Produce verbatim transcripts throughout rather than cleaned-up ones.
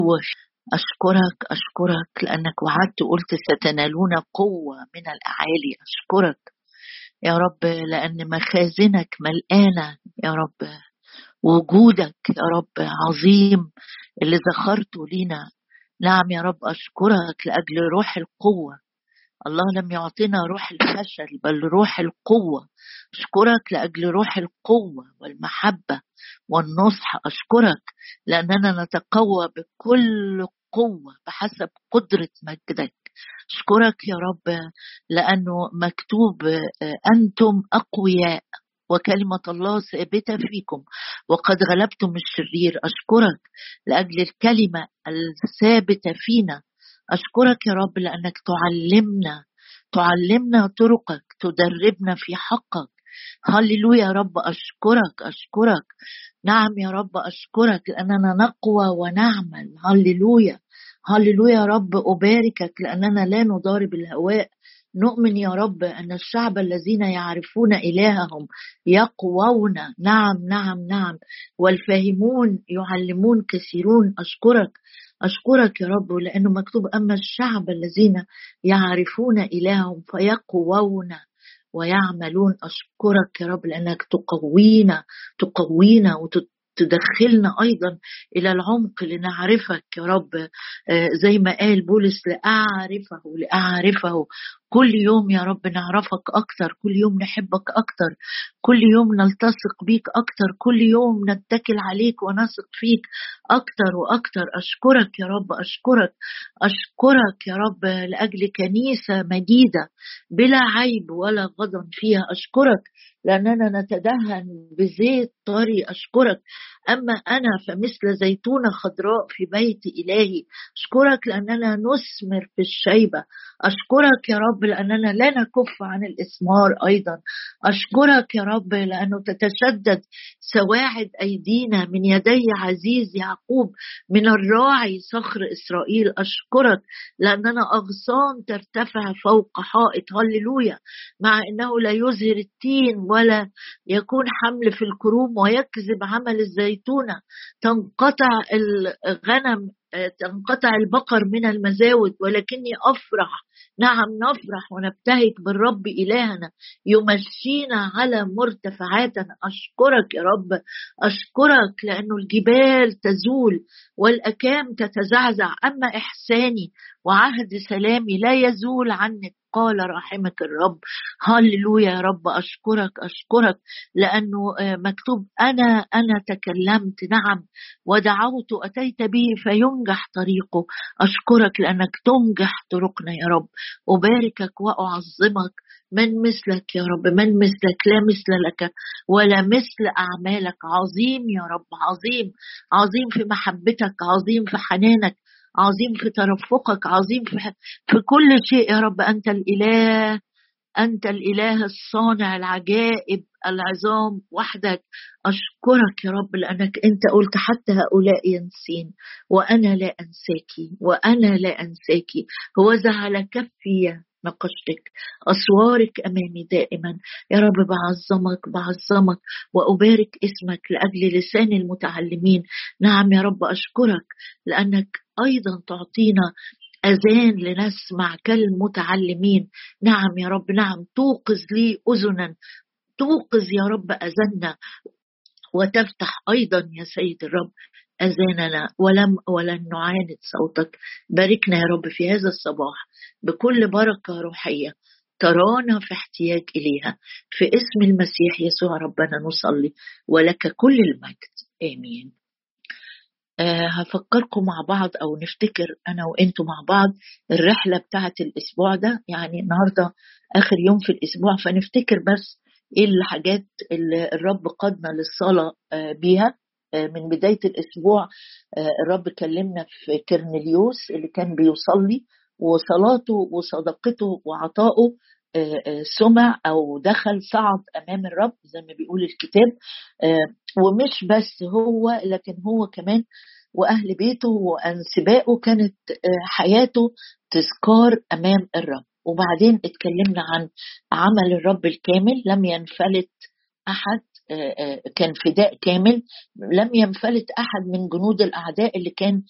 أشكرك أشكرك لأنك وعدت وقلت ستنالون قوة من الأعالي. أشكرك يا رب لأن مخازنك ملقانة يا رب، وجودك يا رب عظيم اللي ذخرته لينا. نعم يا رب أشكرك لأجل روح القوة. الله لم يعطينا روح الفشل بل روح القوة. أشكرك لأجل روح القوة والمحبة والنصح. أشكرك لأننا نتقوى بكل قوة بحسب قدرة مجدك. أشكرك يا رب لأنه مكتوب أنتم أقوياء وكلمة الله ثابتة فيكم وقد غلبتم الشرير. أشكرك لأجل الكلمة الثابتة فينا. أشكرك يا رب لأنك تعلمنا تعلمنا طرقك، تدربنا في حقك. هللويا يا رب. أشكرك أشكرك نعم يا رب أشكرك لأننا نقوى ونعمل. هللويا هللويا يا رب. أباركك لأننا لا نضارب الهواء. نؤمن يا رب أن الشعب الذين يعرفون إلههم يقوون. نعم نعم نعم. والفاهمون يعلمون كثيرون. أشكرك أشكرك يا رب لأنه مكتوب أما الشعب الذين يعرفون إلههم فيقوون ويعملون. أشكرك يا رب لأنك تقوينا تقوينا وتدخلنا أيضا إلى العمق لنعرفك يا رب. زي ما قال بولس لأعرفه لأعرفه كل يوم يا رب نعرفك أكتر، كل يوم نحبك أكتر، كل يوم نلتصق بيك أكتر، كل يوم نتكل عليك ونثق فيك أكتر وأكتر. أشكرك يا رب أشكرك أشكرك يا رب لأجل كنيسة مجيدة بلا عيب ولا غضن فيها. أشكرك لأننا نتدهن بزيت طري. أشكرك أما أنا فمثل زيتونة خضراء في بيت إلهي. أشكرك لأننا نثمر في الشيبة. أشكرك يا رب لأننا لا نكف عن الإثمار أيضا. أشكرك يا رب لأنه تتشدد سواعد أيدينا من يدي عزيز يعقوب، من الراعي صخر إسرائيل. أشكرك لأننا أغصان ترتفع فوق حائط. هللويا. مع أنه لا يزهر التين ولا يكون حمل في الكروم ويكذب عمل الزيتونة. تنقطع الغنم تنقطع البقر من المزاود ولكني أفرح. نعم نفرح ونبتهج بالرب إلهنا يمشينا على مرتفعاتنا. أشكرك يا رب أشكرك لأنه الجبال تزول والأكام تتزعزع أما إحساني وعهد سلامي لا يزول عنك قال رحمك الرب. هللويا يا رب. أشكرك أشكرك لأنه مكتوب أنا أنا تكلمت نعم ودعوت أتيت به فينجح طريقه. أشكرك لأنك تنجح طرقنا يا رب. أباركك وأعظمك. من مثلك يا رب من مثلك لا مثل لك ولا مثل أعمالك. عظيم يا رب عظيم عظيم في محبتك، عظيم في حنانك، عظيم في ترفقك، عظيم في, في كل شيء يا رب. أنت الإله أنت الإله الصانع العجائب العظام وحدك. أشكرك يا رب لأنك أنت قلت حتى هؤلاء ينسين وأنا لا أنساكي وأنا لا أنساكي. هوذا على كفي نقشتك أسوارك أمامي دائما. يا رب بعظمك بعظمك وأبارك اسمك لأجل لسان المتعلمين. نعم يا رب أشكرك لأنك أيضا تعطينا أذان لنسمع كالمتعلمين. نعم يا رب نعم. توقظ لي أذنا توقظ يا رب أذنا وتفتح أيضا يا سيد الرب أذاننا ولم ولن نعاند صوتك. باركنا يا رب في هذا الصباح بكل بركة روحية ترانا في احتياج إليها في اسم المسيح يسوع ربنا نصلي ولك كل المجد آمين. أه هفكركم مع بعض أو نفتكر أنا وإنتوا مع بعض الرحلة بتاعت الأسبوع ده. يعني النهاردة آخر يوم في الأسبوع فنفتكر بس إيه الحاجات اللي الرب قادنا للصلاة أه بيها. أه من بداية الأسبوع أه الرب كلمنا في كرنليوس اللي كان بيصلي وصلاته وصدقته وعطائه سمع أو دخل صعد أمام الرب زي ما بيقول الكتاب. ومش بس هو لكن هو كمان وأهل بيته وأنسبائه كانت حياته تذكار أمام الرب. وبعدين اتكلمنا عن عمل الرب الكامل لم ينفلت أحد كان فداء كامل. لم ينفلت أحد من جنود الأعداء اللي كان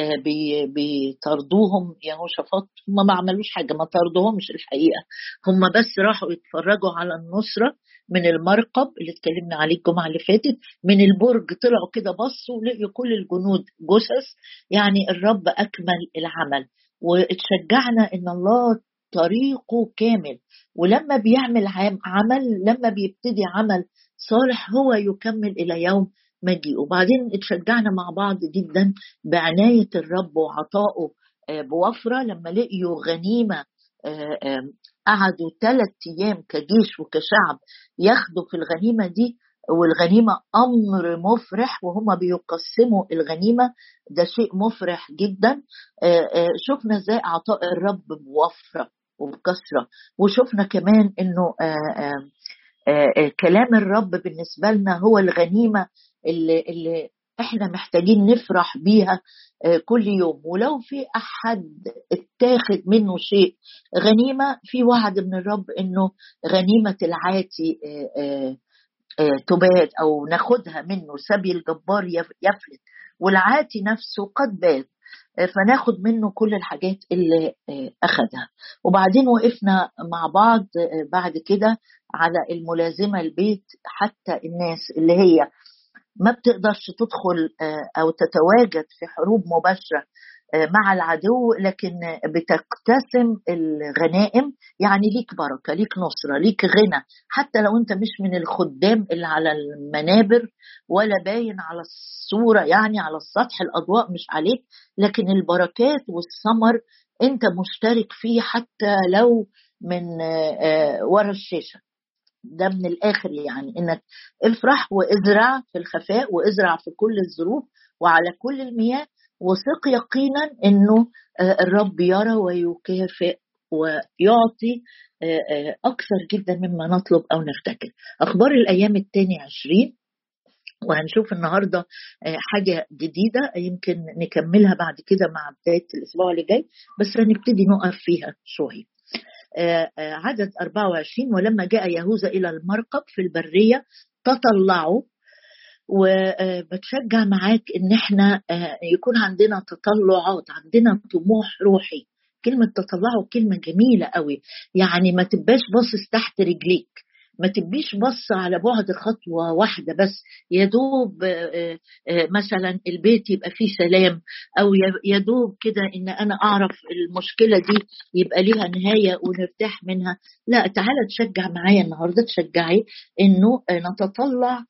بيطردوهم يهوشافاط. هم ما عملوش حاجة، ما طردوهمش الحقيقة، هم بس راحوا يتفرجوا على النصرة من المرقب اللي اتكلمنا عليه الجمعة اللي فاتت. من البرج طلعوا كده بصوا لقيوا كل الجنود جثث. يعني الرب أكمل العمل، واتشجعنا إن الله طريقه كامل، ولما بيعمل عمل، لما بيبتدي عمل صالح هو يكمل إلى يوم مجيء. وبعدين اتشجعنا مع بعض جدا بعناية الرب وعطائه بوفرة. لما لقيوا غنيمة قعدوا ثلاث أيام كجيش وكشعب ياخدوا في الغنيمة دي، والغنيمة أمر مفرح وهم بيقسموا الغنيمة، ده شيء مفرح جدا. شفنا ازاي عطاء الرب بوفرة وبكثرة. وشفنا كمان انه آآ آآ كلام الرب بالنسبة لنا هو الغنيمة اللي, اللي احنا محتاجين نفرح بيها كل يوم. ولو في احد اتاخد منه شيء غنيمة، في وعد من الرب انه غنيمة العاتي آآ تباد او ناخدها منه. سبي الجبار يفلت والعاتي نفسه قد باد، فناخد منه كل الحاجات اللي أخدها. وبعدين وقفنا مع بعض بعد كده على الملازمة البيت، حتى الناس اللي هي ما بتقدرش تدخل أو تتواجد في حروب مباشرة مع العدو، لكن بتقتسم الغنائم. يعني ليك بركة، ليك نصرة، ليك غنى، حتى لو انت مش من الخدام اللي على المنابر ولا باين على الصورة، يعني على السطح الأضواء مش عليك، لكن البركات والثمر انت مشترك فيه حتى لو من ورا الشاشة. ده من الآخر، يعني انك افرح وازرع في الخفاء وازرع في كل الظروف وعلى كل المياه، وثق يقينا انه الرب يرى ويكافئ ويعطي اكثر جدا مما نطلب او نفتكر. اخبار الايام الثاني عشرين، وهنشوف النهارده حاجه جديده يمكن نكملها بعد كده مع بدايه الاسبوع اللي جاي، بس هنبتدي نقف فيها شويه. عدد أربعة وعشرين: ولما جاء يهوذا إلى المرقب في البرية تطلعوا. وبتشجع معاك إن احنا يكون عندنا تطلعات، عندنا طموح روحي. كلمة تطلعوا كلمة جميلة قوي، يعني ما تبقاش باصص تحت رجليك، ما تبيش بص على بعد خطوة واحدة بس يدوب مثلا البيت يبقى فيه سلام، أو يدوب كده إن أنا أعرف المشكلة دي يبقى ليها نهاية ونرتاح منها. لا، تعالى تشجع معايا النهاردة، تشجعي إنه نتطلع.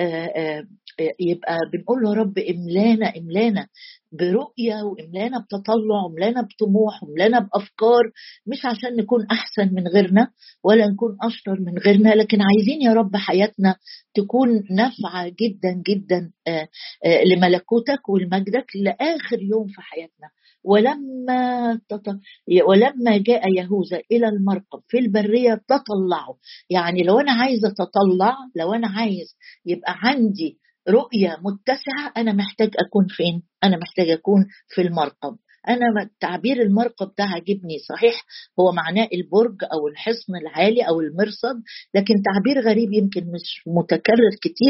يبقى بنقول له رب املانا املانا برؤية، واملانا بتطلع، واملانا بطموح، واملانا بأفكار، مش عشان نكون أحسن من غيرنا ولا نكون أشطر من غيرنا، لكن عايزين يا رب حياتنا تكون نافعة جدا جدا لملكوتك ولمجدك لآخر يوم في حياتنا. ولما تط... ولما جاء يهوذا إلى المرقب في البرية تطلعوا. يعني لو أنا عايزة أتطلع، لو أنا عايز يبقى عندي رؤية متسعة، أنا محتاج أكون فين؟ أنا محتاج أكون في المرقب. أنا تعبير المرقب ده عجبني، صحيح هو معناه البرج أو الحصن العالي أو المرصد، لكن تعبير غريب يمكن مش متكرر كتير.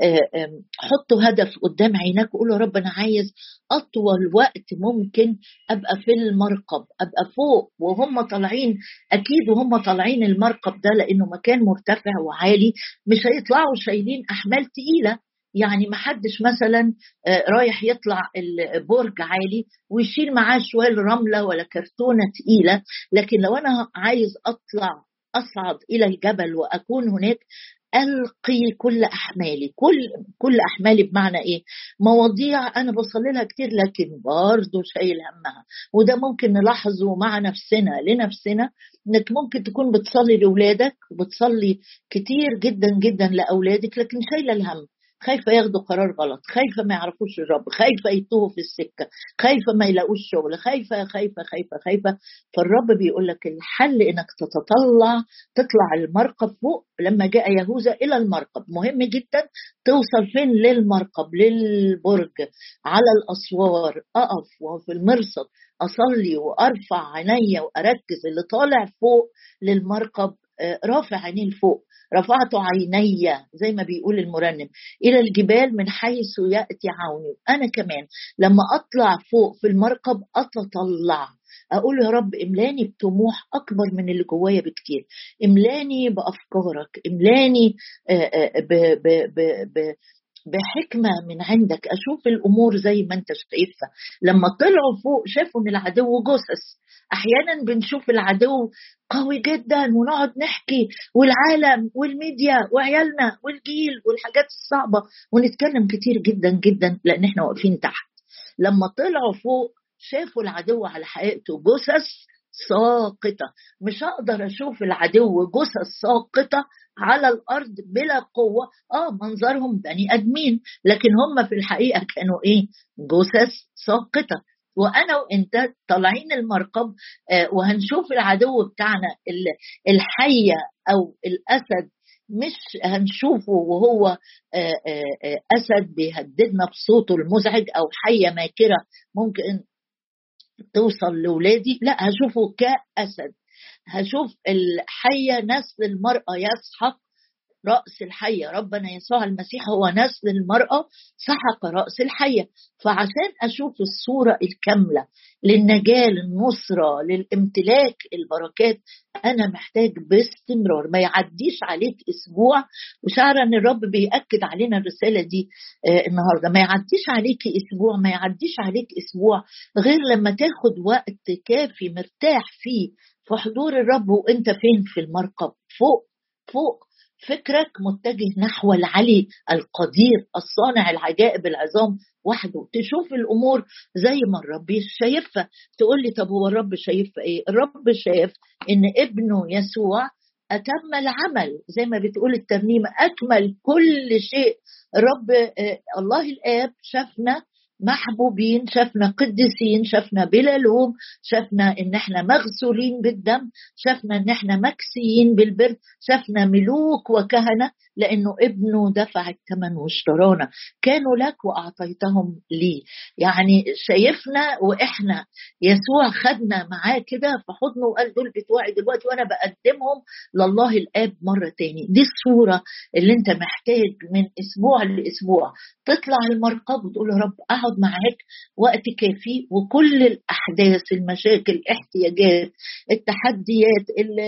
حطوا هدف قدام عينك وقولوا رب أنا عايز أطول وقت ممكن أبقى في المرقب، أبقى فوق وهم طالعين. أكيد وهم طالعين المرقب ده لأنه مكان مرتفع وعالي، مش هيطلعوا شايلين أحمال تقيلة. يعني ما حدش مثلا رايح يطلع البرج عالي ويشيل معاه شوية رملة ولا كرتونة تقيلة. لكن لو أنا عايز أطلع أصعد إلى الجبل وأكون هناك، ألقي كل أحمالي. كل كل أحمالي بمعنى إيه؟ مواضيع أنا بصلي لها كتير لكن برضو شايل همها. وده ممكن نلاحظه مع نفسنا لنفسنا، إنك ممكن تكون بتصلي لأولادك وبتصلي كتير جدا جدا لأولادك لكن شايلة الهم، خايفة ياخدوا قرار غلط، خايفة ما يعرفوش الرب، خايفة يتوهوا في السكة، خايفة ما يلاقوش شغل، خايفة خايفة خايفة خايفة. فالرب بيقول لك الحل انك تتطلع، تطلع المرقب فوق. لما جاء يهوذا الى المرقب، مهم جدا توصل فين؟ للمرقب، للبرج، على الاسوار، اقف وفي المرصد اصلي وارفع عينيا واركز. اللي طالع فوق للمرقب رافع عينيه لفوق. رفعت عيني زي ما بيقول المرنم إلى الجبال من حيث يأتي عوني. أنا كمان لما أطلع فوق في المركب أتطلع أقول يا رب املاني بطموح أكبر من اللي جوايا بكتير، املاني بأفكارك، املاني ب ب ب ب بحكمة من عندك، أشوف الأمور زي ما أنت شايفها. لما طلعوا فوق شافوا أن العدو جثث. أحيانا بنشوف العدو قوي جدا ونقعد نحكي، والعالم والميديا وعيالنا والجيل والحاجات الصعبة ونتكلم كتير جدا جدا لأن احنا واقفين تحت. لما طلعوا فوق شافوا العدو على حقيقته، جثث ساقطة. مش هقدر أشوف العدو جثث ساقطة على الأرض بلا قوة. آه منظرهم بني أدمين لكن هم في الحقيقة كانوا إيه؟ جثث ساقطة. وأنا وإنت طالعين المركب آه وهنشوف العدو بتاعنا الحية أو الأسد، مش هنشوفه وهو آه آه أسد بيهددنا بصوته المزعج أو حية ماكرة ممكن توصل لولادي، لا هشوفه كأسد. هشوف الحية نسل المرأة يسحق رأس الحية. ربنا يسوع المسيح هو نسل المرأة سحق رأس الحية. فعشان أشوف الصورة الكاملة للنجاة للنصرة للامتلاك البركات أنا محتاج باستمرار. ما يعديش عليك أسبوع، وشعر أن الرب بيأكد علينا الرسالة دي آه النهاردة، ما يعديش عليك أسبوع، ما يعديش عليك أسبوع غير لما تاخد وقت كافي مرتاح فيه في حضور الرب. وانت فين؟ في المركب فوق فوق، فكرك متجه نحو العلي القدير الصانع العجائب العظام وحده. تشوف الأمور زي ما الرب شايفها. تقول لي طب هو الرب شايفها ايه؟ الرب شايف ان ابنه يسوع أتم العمل زي ما بتقول الترنيمة، أكمل كل شيء. الرب آه الله الآب شافنا محبوبين، شافنا قديسين، شافنا بلا لوم، شافنا ان احنا مغسولين بالدم، شافنا ان احنا مكسيين بالبر، شافنا ملوك وكهنة لانه ابنه دفع الثمن واشترانا. كانوا لك واعطيتهم لي. يعني شايفنا واحنا يسوع خدنا معاه كده في حضنه وقال دول بتوعي دلوقتي وانا بقدمهم لله الاب مرة تاني. دي الصورة اللي انت محتاج من اسبوع لاسبوع تطلع المركب وتقول يا رب اقعد معاك وقت كافي، وكل الاحداث المشاكل الاحتياجات التحديات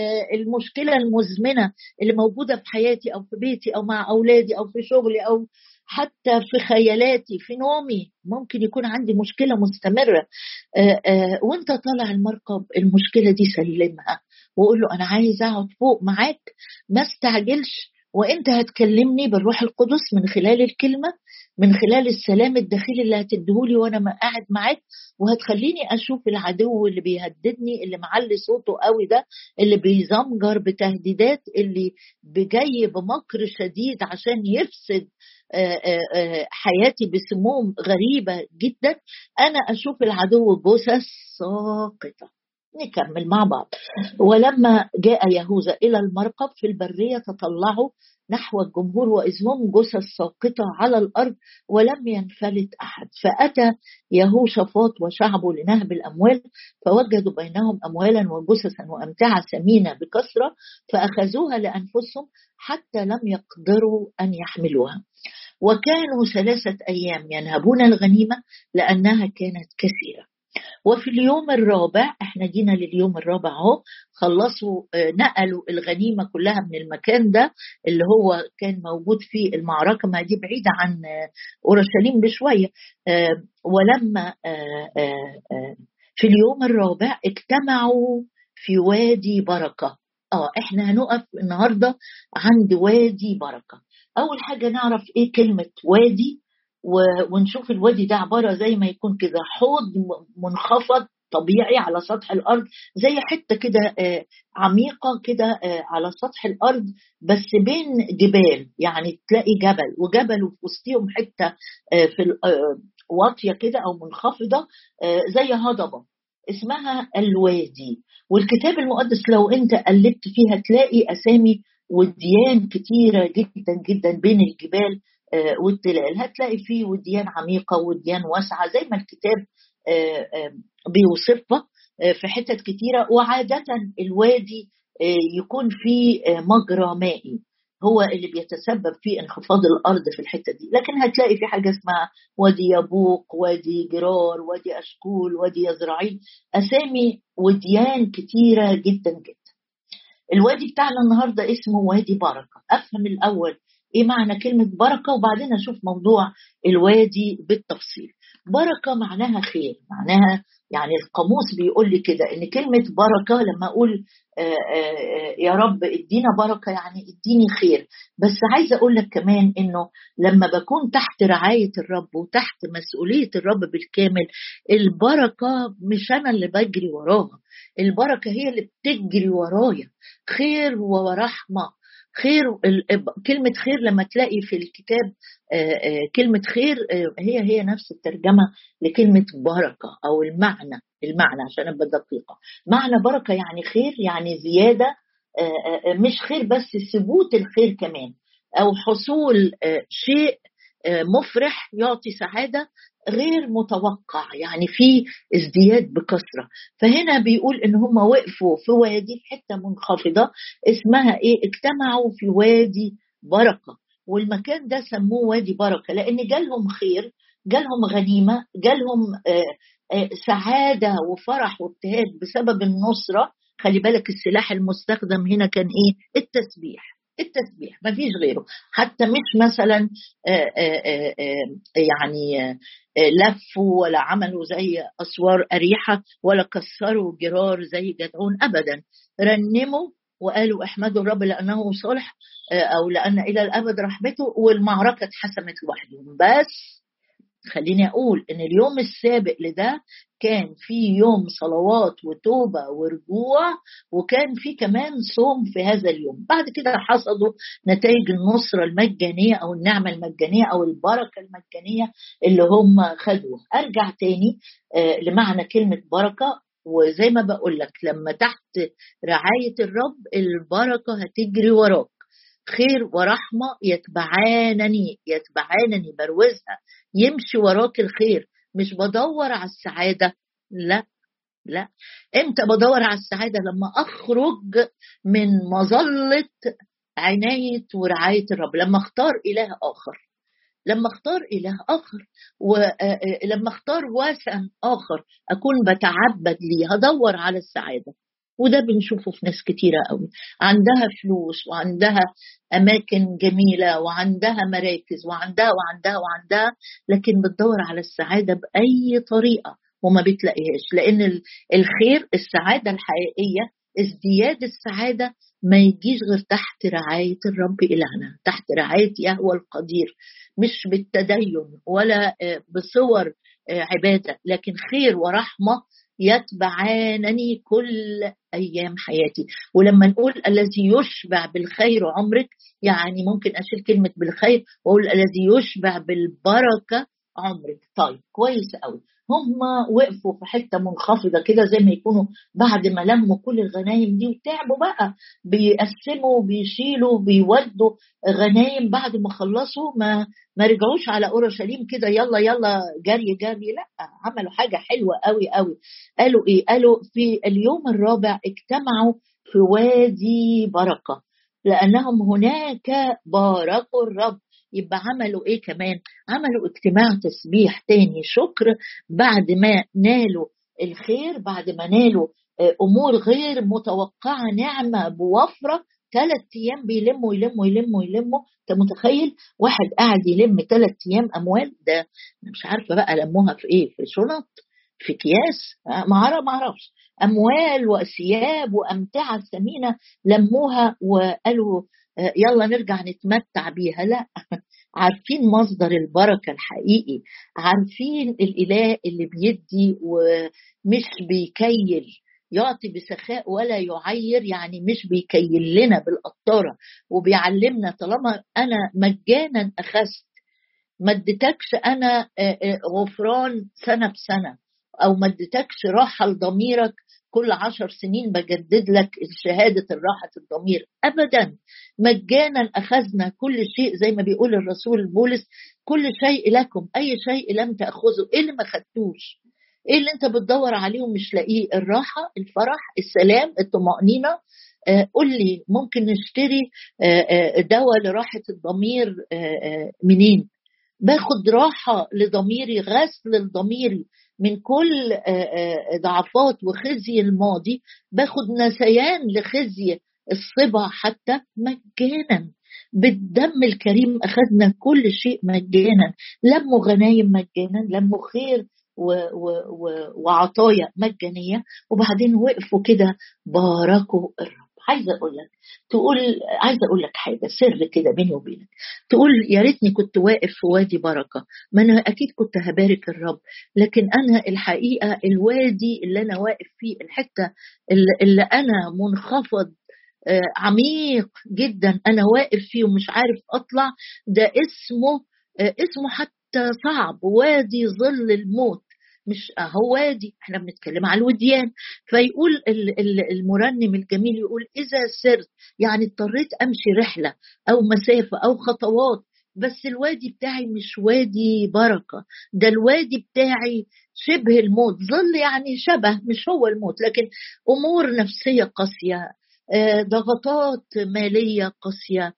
المشكلة المزمنة اللي موجودة في حياتي او في بيتي او مع اولادي او في شغلي او حتى في خيالاتي في نومي، ممكن يكون عندي مشكلة مستمرة. آآ آآ وانت طالع المركب المشكلة دي سلمها وقول له انا عايز اقعد فوق معاك، ما استعجلش. وانت هتكلمني بالروح القدس من خلال الكلمة، من خلال السلام الداخلي اللي هتديهولي وانا ما قاعد معاك، وهتخليني اشوف العدو اللي بيهددني اللي معلي صوته قوي ده، اللي بيزمجر بتهديدات، اللي بجاي بمكر شديد عشان يفسد حياتي بسموم غريبة جدا. أنا أشوف العدو جثث ساقطة. نكمل مع بعض. ولما جاء يهوذا إلى المركب في البرية تطلعوا نحو الجمهور وإذ هم جثث ساقطة على الأرض ولم ينفلت أحد. فأتى يهوشافاط وشعبه لنهب الأموال فوجدوا بينهم أموالا وجثثا وأمتعة ثمينة بكثرة فأخذوها لأنفسهم حتى لم يقدروا أن يحملوها. وكانوا ثلاثة أيام ينهبون الغنيمة لأنها كانت كثيرة. وفي اليوم الرابع، احنا جينا لليوم الرابع اهو، خلصوا نقلوا الغنيمة كلها من المكان ده اللي هو كان موجود فيه المعركة، ما دي بعيدة عن أورشليم بشوية. ولما في اليوم الرابع اجتمعوا في وادي بركة. اه احنا هنقف النهاردة عند وادي بركة. أول حاجة نعرف إيه كلمة وادي، ونشوف الوادي ده عبارة زي ما يكون كده حوض منخفض طبيعي على سطح الأرض، زي حتة كده عميقة كده على سطح الأرض بس بين جبال، يعني تلاقي جبل وجبل وفي وسطهم حتة في واطية كده أو منخفضة زي هضبة اسمها الوادي. والكتاب المقدس لو أنت قلبت فيها تلاقي أسامي وديان كتيرة جدا جدا بين الجبال والتلال. هتلاقي فيه وديان عميقة وديان واسعة زي ما الكتاب بيوصفها في حتت كتيرة. وعادة الوادي يكون في مجرى مائي هو اللي بيتسبب في انخفاض الأرض في الحتة دي. لكن هتلاقي في حاجة اسمها وادي يبوق، وادي جرار، وادي أشكول، وادي يزرعيل، أسامي وديان كتيرة جدا جدا. الوادي بتاعنا النهاردة اسمه وادي بركة. أفهم الأول إيه معنى كلمة بركة وبعدين أشوف موضوع الوادي بالتفصيل. بركة معناها خير، معناها يعني القاموس بيقول لي كده إن كلمة بركة لما أقول آآ آآ يا رب ادينا بركة يعني اديني خير. بس عايزة أقول لك كمان إنه لما بكون تحت رعاية الرب وتحت مسؤولية الرب بالكامل، البركة مش أنا اللي بجري وراها، البركة هي اللي بتجري ورايا. خير ورحمة. خير، كلمة خير لما تلاقي في الكتاب كلمة خير هي هي نفس الترجمة لكلمة بركة أو المعنى المعنى عشان أبقى دقيقة. معنى بركة يعني خير، يعني زيادة، مش خير بس، ثبوت الخير كمان، أو حصول شيء مفرح يعطي سعادة غير متوقع، يعني في ازدياد بكثرة. فهنا بيقول ان هم وقفوا في وادي في حتة منخفضة اسمها ايه، اجتمعوا في وادي بركة، والمكان ده سموه وادي بركة لان جالهم خير، جالهم غنيمة، جالهم آآ آآ سعادة وفرح وابتهاج بسبب النصرة. خلي بالك السلاح المستخدم هنا كان ايه؟ التسبيح. التسبيح ما فيش غيره. حتى مش مثلا آآ آآ آآ يعني لفوا ولا عملوا زي أسوار أريحة ولا كسروا جرار زي جدعون أبدا. رنموا وقالوا احمدوا الرب لأنه صالح، أو لأن إلى الأبد رحمته، والمعركة اتحسمت لوحدهم. بس خليني أقول إن اليوم السابق لده كان في يوم صلوات وتوبة ورجوع، وكان في كمان صوم في هذا اليوم. بعد كده حصدوا نتائج النصرة المجانية أو النعمة المجانية أو البركة المجانية اللي هم خدوها. أرجع تاني لمعنى كلمة بركة، وزي ما بقول لك لما تحت رعاية الرب البركة هتجري وراك. خير ورحمة يتبعانني يتبعانني بروزها، يمشي وراك الخير. مش بدور على السعادة، لا لا. امتى بدور على السعادة؟ لما اخرج من مظلة عناية ورعاية الرب، لما اختار اله اخر، لما اختار اله اخر ولما اختار وثن اخر اكون بتعبد ليه، هدور على السعادة. وده بنشوفه في ناس كتيرة قوي عندها فلوس وعندها أماكن جميلة وعندها مراكز وعندها وعندها وعندها، لكن بتدور على السعادة بأي طريقة وما بتلاقيهاش. لأن الخير، السعادة الحقيقية، ازدياد السعادة ما يجيش غير تحت رعاية الرب إلهنا، تحت رعاية يهوه القدير، مش بالتدين ولا بصور عبادة، لكن خير ورحمة يتبعانني كل أيام حياتي. ولما نقول الذي يشبع بالخير عمرك، يعني ممكن أشيل كلمة بالخير وأقول الذي يشبع بالبركة عمرك. طيب كويس قوي. هم وقفوا في حتة منخفضة كده زي ما يكونوا بعد ما لموا كل الغنايم دي وتعبوا بقى بيقسموا بيشيلوا بيودوا غنايم، بعد ما خلصوا ما ما رجعوش على أورشليم كده يلا يلا جري جري، لا، عملوا حاجة حلوة قوي قوي. قالوا إيه؟ قالوا في اليوم الرابع اجتمعوا في وادي بركة لأنهم هناك باركوا الرب. يبقى عملوا إيه كمان؟ عملوا اجتماع تسبيح تاني، شكر، بعد ما نالوا الخير، بعد ما نالوا أمور غير متوقعة، نعمة بوفرة. ثلاث أيام بيلموا يلموا يلموا يلموا. أنت متخيل واحد قاعد يلم ثلاث أيام أموال؟ ده أنا مش عارفة بقى لموها في إيه، في شنط، في أكياس، ما أعرفش، أموال وثياب وأمتعة ثمينة لموها وقالوا يلا نرجع نتمتع بيها. لا، عارفين مصدر البركة الحقيقي، عارفين الإله اللي بيدي ومش بيكيل، يعطي بسخاء ولا يعير، يعني مش بيكيل لنا بالقطارة، وبيعلمنا طالما أنا مجانا أخذت، ما اديتكش أنا غفران سنة بسنة، أو ما اديتكش راحة لضميرك كل عشر سنين بجدد لك شهادة الراحة الضمير، أبدا. مجانا أخذنا كل شيء زي ما بيقول الرسول بولس، كل شيء لكم، أي شيء لم تأخذه. إيه اللي ما خدتوش؟ إيه اللي أنت بتدور عليه ومش لاقيه؟ الراحة، الفرح، السلام، الطمأنينة، قول لي ممكن نشتري دواء لراحة الضمير منين؟ باخد راحة لضميري، غسل لضميري من كل ضعفات وخزي الماضي، باخد نسيان لخزي الصبا حتى مجانا. بالدم الكريم أخذنا كل شيء مجانا، لموا غنايم مجانا، لموا خير و و و وعطايا مجانية، وبعدين وقفوا كده باركوا الرب. عايزة أقول لك تقول عايزة أقول لك حاجة سر كده بيني وبينك، تقول يا ريتني كنت واقف في وادي بركة، ما أنا أكيد كنت هبارك الرب، لكن أنا الحقيقة الوادي اللي أنا واقف فيه، الحتة اللي, اللي أنا منخفض آه عميق جدا أنا واقف فيه ومش عارف أطلع، ده اسمه آه اسمه حتى صعب، وادي ظل الموت. مش هو وادي، احنا بنتكلم على الوديان. فيقول المرنم الجميل يقول إذا سرت، يعني اضطريت أمشي رحلة أو مسافة أو خطوات، بس الوادي بتاعي مش وادي بركة، ده الوادي بتاعي شبه الموت. ظل يعني شبه، مش هو الموت، لكن أمور نفسية قاسية، ضغطات مالية قاسية،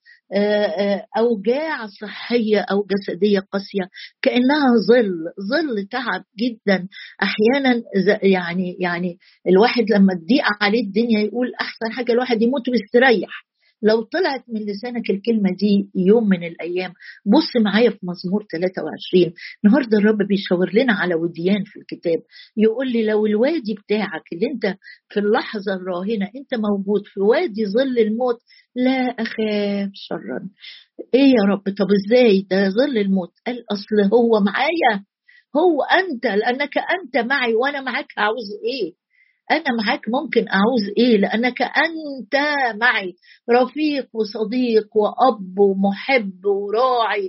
أوجاع صحية أو جسدية قاسية، كأنها ظل ظل تعب جدا أحيانا. يعني يعني الواحد لما تضيق عليه الدنيا يقول أحسن حاجة الواحد يموت ويستريح. لو طلعت من لسانك الكلمة دي يوم من الأيام، بص معايا في مزمور ثلاثة وعشرين. النهاردة الرب بيشاور لنا على وديان في الكتاب، يقول لي لو الوادي بتاعك اللي انت في اللحظة الراهنة انت موجود في وادي ظل الموت، لا أخاف شرا. ايه يا رب؟ طب ازاي ده ظل الموت؟ قال أصل هو معايا، هو أنت، لأنك أنت معي وأنا معاك، عاوز إيه؟ أنا معاك ممكن أعوز إيه؟ لأنك أنت معي رفيق وصديق وأب ومحب وراعي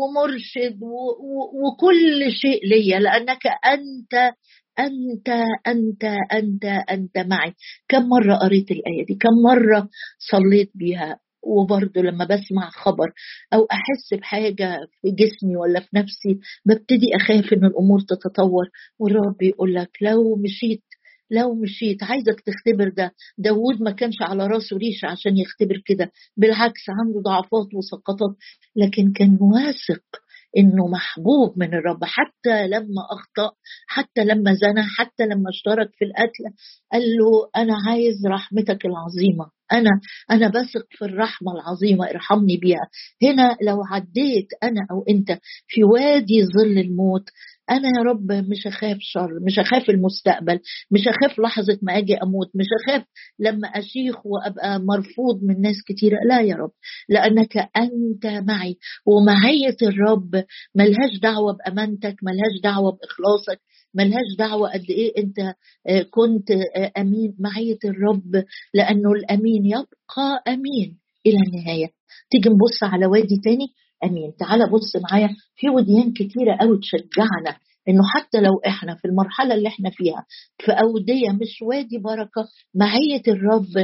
ومرشد و- و- وكل شيء ليا، لأنك أنت أنت أنت أنت أنت معي. كم مرة قريت الآية دي؟ كم مرة صليت بيها؟ وبرضه لما بسمع خبر أو أحس بحاجة في جسمي ولا في نفسي، ببتدي أخاف إن الأمور تتطور، والرب يقول لك لو مشيت لو مشيت عايزك تختبر ده. داود ما كانش على راسه ريش عشان يختبر كده، بالعكس عنده ضعفات وسقطات، لكن كان واثق انه محبوب من الرب. حتى لما اخطأ، حتى لما زنى، حتى لما اشترك في القتل، قال له انا عايز رحمتك العظيمة، انا انا بثق في الرحمة العظيمة، ارحمني بيها. هنا لو عديت انا او انت في وادي ظل الموت، أنا يا رب مش أخاف شر، مش أخاف المستقبل، مش أخاف لحظة ما أجي أموت، مش أخاف لما أشيخ وأبقى مرفوض من ناس كتيرة، لا يا رب، لأنك أنت معي. ومعية الرب ملهاش دعوة بأمانتك، ملهاش دعوة بإخلاصك، ملهاش دعوة قد إيه أنت كنت أمين. معية الرب لأنه الأمين يبقى أمين إلى النهاية. تيجي نبص على وادي تاني أمين. تعال بص معايا في وديان كتيرة قوي تشجعنا إنه حتى لو إحنا في المرحلة اللي إحنا فيها في أودية مش وادي بركة، معية الرب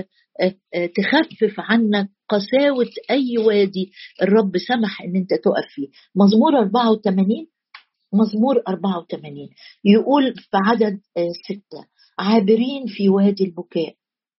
تخفف عنك قساوة أي وادي الرب سمح إن أنت تقف فيه. مزمور أربعة وثمانين مزمور أربعة وثمانين يقول في عدد ستة: عابرين في وادي البكاء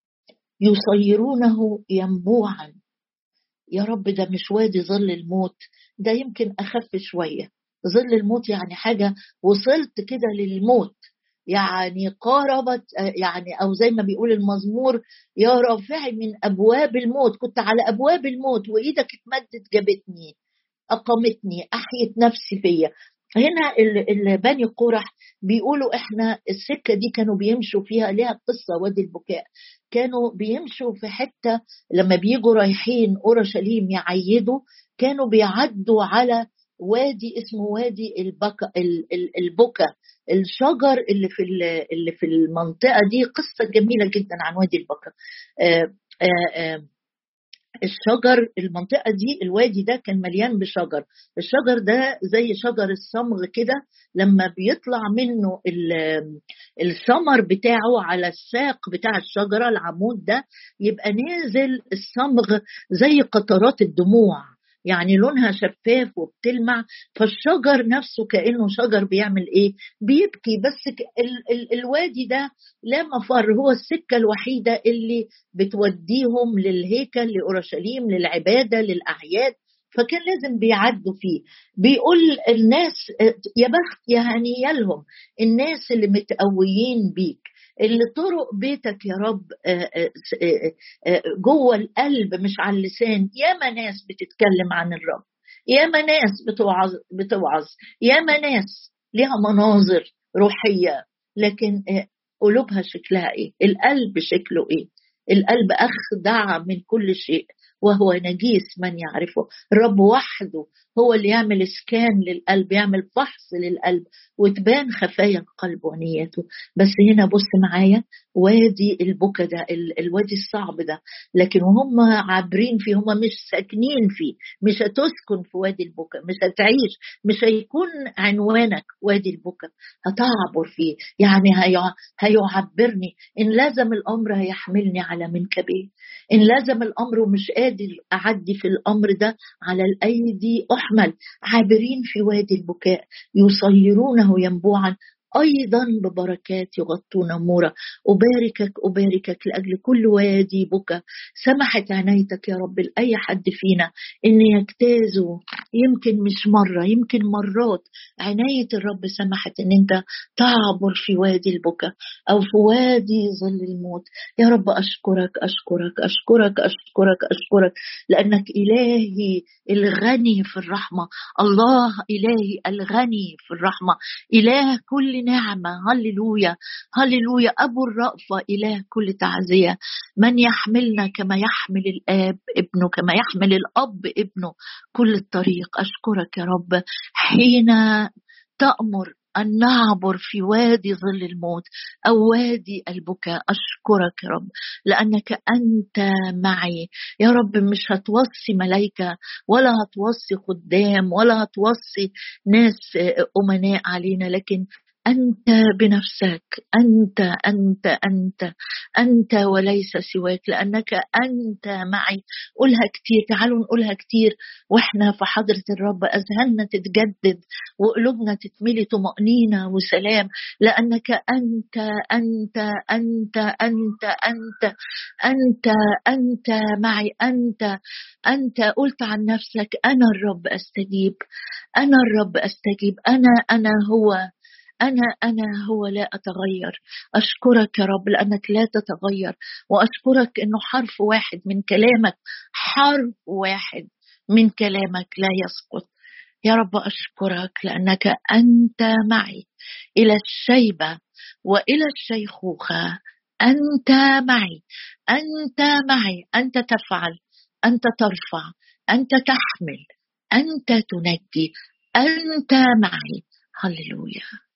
يصيرونه ينبوعا. يا رب ده مش وادي ظل الموت، ده يمكن أخف شوية. ظل الموت يعني حاجة وصلت كده للموت، يعني قاربت، يعني أو زي ما بيقول المزمور: يا رافعي من أبواب الموت، كنت على أبواب الموت وإيدك اتمدت جابتني، أقامتني، أحيت نفسي فيا. هنا البني قرح بيقولوا احنا السكة دي كانوا بيمشوا فيها، ليها قصة وادي البكاء. كانوا بيمشوا في حتة لما بيجوا رايحين أورشليم يعيدوا، كانوا بيعدوا على وادي اسمه وادي البكا البكا الشجر اللي في اللي في المنطقة دي. قصة جميلة جدا عن وادي البكا. آآ آآ الشجر، المنطقة دي، الوادي ده كان مليان بشجر. الشجر ده زي شجر الصمغ كده، لما بيطلع منه الثمر بتاعه على الساق بتاع الشجرة، العمود ده، يبقى نازل الصمغ زي قطرات الدموع. يعني لونها شفاف وبتلمع، فالشجر نفسه كأنه شجر بيعمل ايه؟ بيبكي. بس ال ال الوادي ده لا مفر، هو السكة الوحيدة اللي بتوديهم للهيكل، لأورشليم، للعبادة، للأعياد، فكان لازم بيعدوا فيه. بيقول الناس يا بخت يا هنيا لهم الناس اللي متقويين بيك، اللي طرق بيتك يا رب جوه القلب مش على اللسان. ياما ناس بتتكلم عن الرب، ياما ناس بتوعظ بتوعظ ياما ناس ليها مناظر روحية، لكن قلوبها شكلها ايه؟ القلب شكله ايه؟ القلب أخدع من كل شيء وهو نجيس من يعرفه. الرب وحده هو اللي يعمل اسكان للقلب، يعمل فحص للقلب وتبان خفايا القلب ونيته. بس هنا بص معايا، وادي البكا ده، الوادي الصعب ده، لكن وهم عابرين فيه، هم مش ساكنين فيه. مش هتسكن في وادي البكا، مش هتعيش، مش هيكون عنوانك وادي البكا، هتعبر فيه. يعني هيعبرني إن لازم الأمر هيحملني على منكبيه، إن لازم الأمر ومش قادر أعدي في الأمر ده على الأيدي أحمل. عابرين في وادي البكاء يصيرونه ينبوعا، أيضا ببركات يغطون مورا. أباركك أباركك لأجل كل وادي بكى سمحت عنايتك يا رب لأي حد فينا إن يجتازوا، يمكن مش مرة، يمكن مرات عناية الرب سمحت إن أنت تعبر في وادي البكاء أو في وادي ظل الموت. يا رب أشكرك أشكرك أشكرك أشكرك أشكرك لأنك إلهي الغني في الرحمة، الله إلهي الغني في الرحمة، إله كل نعمة. هللويا هللويا. أبو الرأفة، إله كل تعزية، من يحملنا كما يحمل الآب ابنه، كما يحمل الأب ابنه كل الطريق. أشكرك يا رب حين تأمر أن نعبر في وادي ظل الموت أو وادي البكاء. أشكرك يا رب لأنك أنت معي يا رب. مش هتوصي ملايكة ولا هتوصي خدام ولا هتوصي ناس أمناء علينا، لكن أنت بنفسك، أنت أنت أنت أنت وليس سواك، لأنك أنت معي. قولها كتير، تعالوا نقولها كتير وإحنا في حضرة الرب، أذهاننا تتجدد وقلوبنا تتملي طمأنينة وسلام، لأنك أنت أنت أنت أنت أنت أنت أنت معي. أنت أنت قلت عن نفسك أنا الرب أستجيب، أنا الرب أستجيب، أنا أنا هو أنا أنا هو لا أتغير. أشكرك يا رب لأنك لا تتغير، وأشكرك أنه حرف واحد من كلامك، حرف واحد من كلامك لا يسقط. يا رب أشكرك لأنك أنت معي إلى الشيبة وإلى الشيخوخة. أنت معي، أنت معي، أنت تفعل، أنت ترفع، أنت تحمل، أنت تنجي، أنت معي. هللويا.